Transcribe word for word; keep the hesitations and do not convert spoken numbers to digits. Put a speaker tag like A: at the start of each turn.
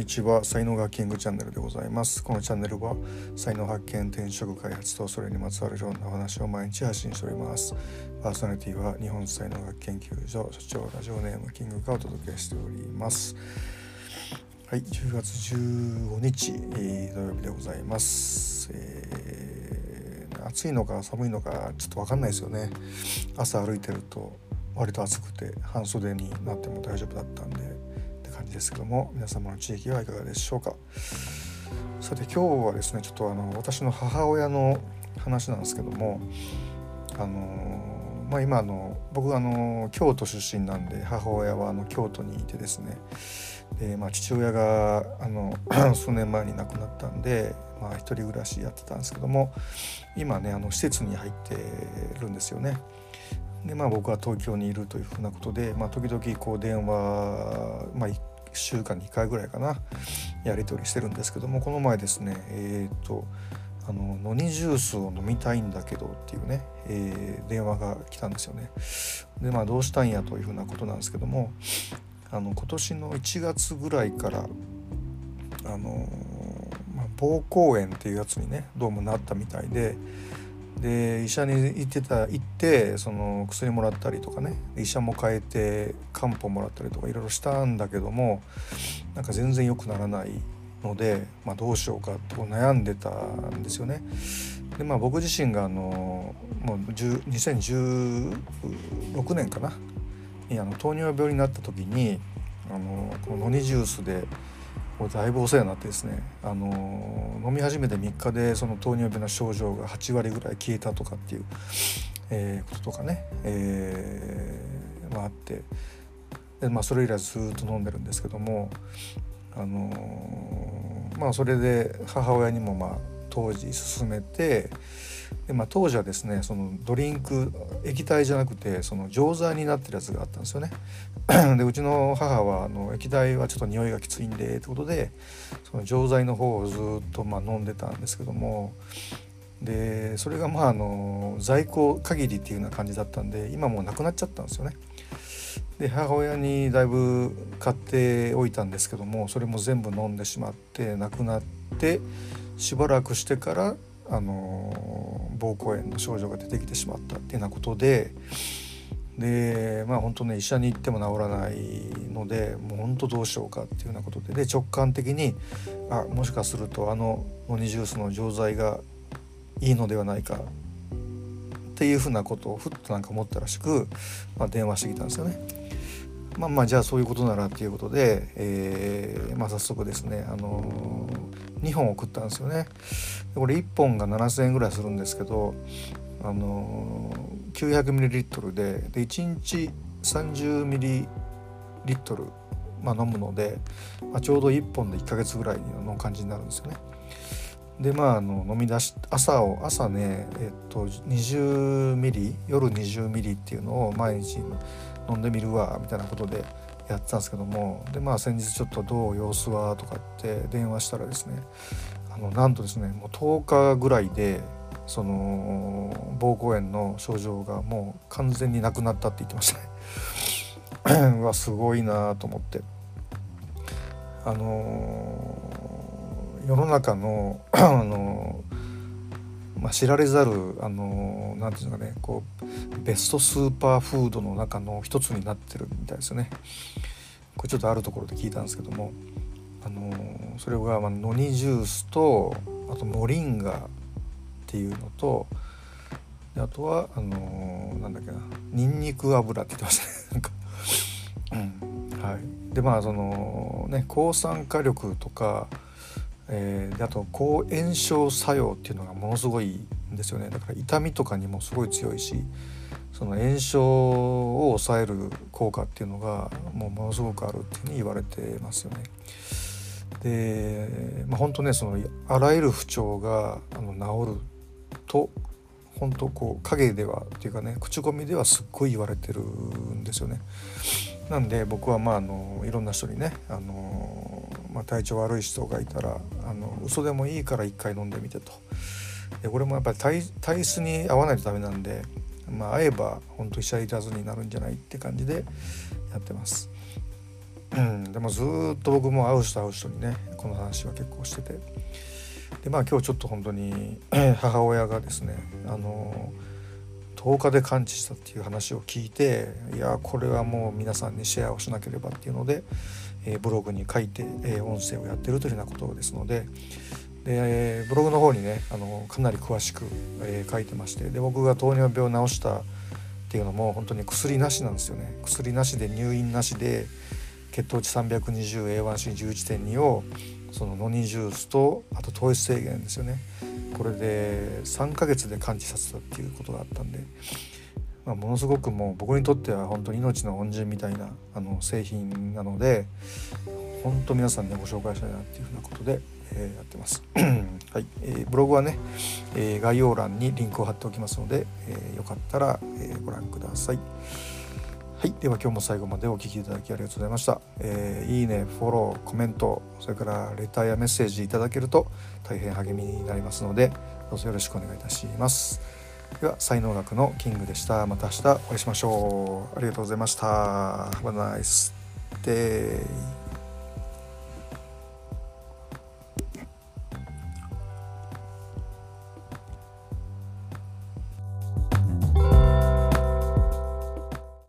A: ちは、才能学キングチャンネルでございます。このチャンネルは才能発見、転職開発とそれにまつわるいろんなお話を毎日発信しております。パーソナリティは日本才能学研究所所長ラジオネームキングがお届けしております。はい、じゅうがつじゅうごにち、えー、土曜日でございます。えー、暑いのか寒いのかちょっと分かんないですよね。朝歩いてると割と暑くて半袖になっても大丈夫だったんでって感じですけども、皆様の地域はいかがでしょうか。さて今日はですね、ちょっとあの私の母親の話なんですけども、あのまあ今あの僕あの京都出身なんで、母親はあの京都にいてですね、で、まあ、父親があの数年前に亡くなったんで、まあ、一人暮らしやってたんですけども、今ねあの施設に入ってるんですよね。でまあ僕は東京にいるというふうなことで、まあ、時々こう電話、まあ、いっしゅうかんにいっかいぐらいかなやり取りしてるんですけども、この前ですねえっとあのノニジュースを飲みたいんだけどっていうね、えー、電話が来たんですよね。でまあどうしたんやというふうなことなんですけども、あの今年のいちがつぐらいからあの、まあ、膀胱炎っていうやつにねどうもなったみたいで、で医者に行ってた行ってその薬もらったりとかね、医者も変えて漢方もらったりとかいろいろしたんだけども、なんか全然良くならないので、まあ、どうしようかって悩んでたんですよね。でまあ僕自身があのもうにせんじゅうろくねんかなにあの糖尿病になった時にあのこのノニジュースでだいぶお世話になってですね、あの飲み始めてみっかでその糖尿病の症状がはちわりぐらい消えたとかっていう、えー、こととかね、えーまあ、あってで、まあ、それ以来ずっと飲んでるんですけども、あのまあそれで母親にもまあ当時勧めて、で、まあ、当時はですねそのドリンク液体じゃなくてその錠剤になってるやつがあったんですよね。でうちの母はあの液体はちょっと匂いがきついんでってことでその錠剤の方をずっとまあ飲んでたんですけども、でそれがまああの在庫限りっていうような感じだったんで今もうなくなっちゃったんですよね。で母親にだいぶ買っておいたんですけども、それも全部飲んでしまってなくなって、しばらくしてからあの膀胱炎の症状が出てきてしまったっていうようなことで、でまあ本当ね医者に行っても治らないので、もう本当どうしようかっていうようなことで、で直感的にあもしかするとあのノニジュースの錠剤がいいのではないかっていうふうなことをふっとなんか思ったらしく、まあ、電話してきたんですよね。まあまあじゃあそういうことならっていうことで、えーまあ、早速ですね、あのー、にほん送ったんですよね。これいっぽんがななせんえんぐらいするんですけど、あのー、きゅうひゃくミリリットル で, でいちにちさんじゅうミリリットル、まあ、飲むので、まあ、ちょうどいっぽんでいっかげつぐらいの感じになるんですよね。でまああの飲み出し朝を朝ねえっとにじゅうミリ夜にじゅうミリっていうのを毎日飲んでみるわみたいなことでやってたんですけども、でまあ先日ちょっとどう様子はとかって電話したらですね、あのなんとですねもうとおかぐらいでその膀胱炎の症状がもう完全になくなったって言ってましたねうわすごいなと思って、あのー、世の中のあのーまあ、知られざるあのなんていうのかね、こうベストスーパーフードの中の一つになってるみたいですよね。これちょっとあるところで聞いたんですけども、あのそれが、まあ、ノニジュースとあとモリンガっていうのと、あとはあのなんだっけなニンニク油って言ってましたねなんか、うんはい、でまあそのね抗酸化力とかえー、であと抗炎症作用っていうのがものすごいんですよね。だから痛みとかにもすごい強いし、その炎症を抑える効果っていうのがもうものすごくあるっていうふうに言われてますよね。で、まあ、本当ねそのあらゆる不調があの治ると本当こう影ではっていうかね口コミではすっごい言われてるんですよね。なんで僕はまああのいろんな人にねあの、まあ、体調悪い人がいたらあの嘘でもいいから一回飲んでみてと。でこれもやっぱり 体, 体質に合わないとダメなんで、まあ、合えば本当医者いらずになるんじゃないって感じでやってます。 うん、でもずっと僕も会う人会う人にねこの話は結構してて、でまあ今日ちょっと本当に母親がですねあのとおかで完治したっていう話を聞いて、いやこれはもう皆さんにシェアをしなければっていうので、えー、ブログに書いて、えー、音声をやってるというようなことですので、でブログの方にねあのかなり詳しく、えー、書いてまして、で僕が糖尿病を治したっていうのも本当に薬なしなんですよね。薬なしで入院なしで血糖値 さんびゃくにじゅう、エーワンシーじゅういちてんに をそのノニジュースとあと糖質制限ですよね、これでさんかげつで完治させたっていうことがあったんで、まあ、ものすごくもう僕にとっては本当に命の恩人みたいなあの製品なので、本当皆さんに、ね、ご紹介したいなっていうふうなことで、えー、やってますはい、えー、ブログはね、えー、概要欄にリンクを貼っておきますので、えー、よかったら、えー、ご覧ください。はい、では今日も最後までお聞きいただきありがとうございました。えー、いいね、フォロー、コメント、それからレターやメッセージいただけると大変励みになりますので、どうぞよろしくお願いいたします。では才能学のキングでした。また明日お会いしましょう。ありがとうございました。Have a nice day.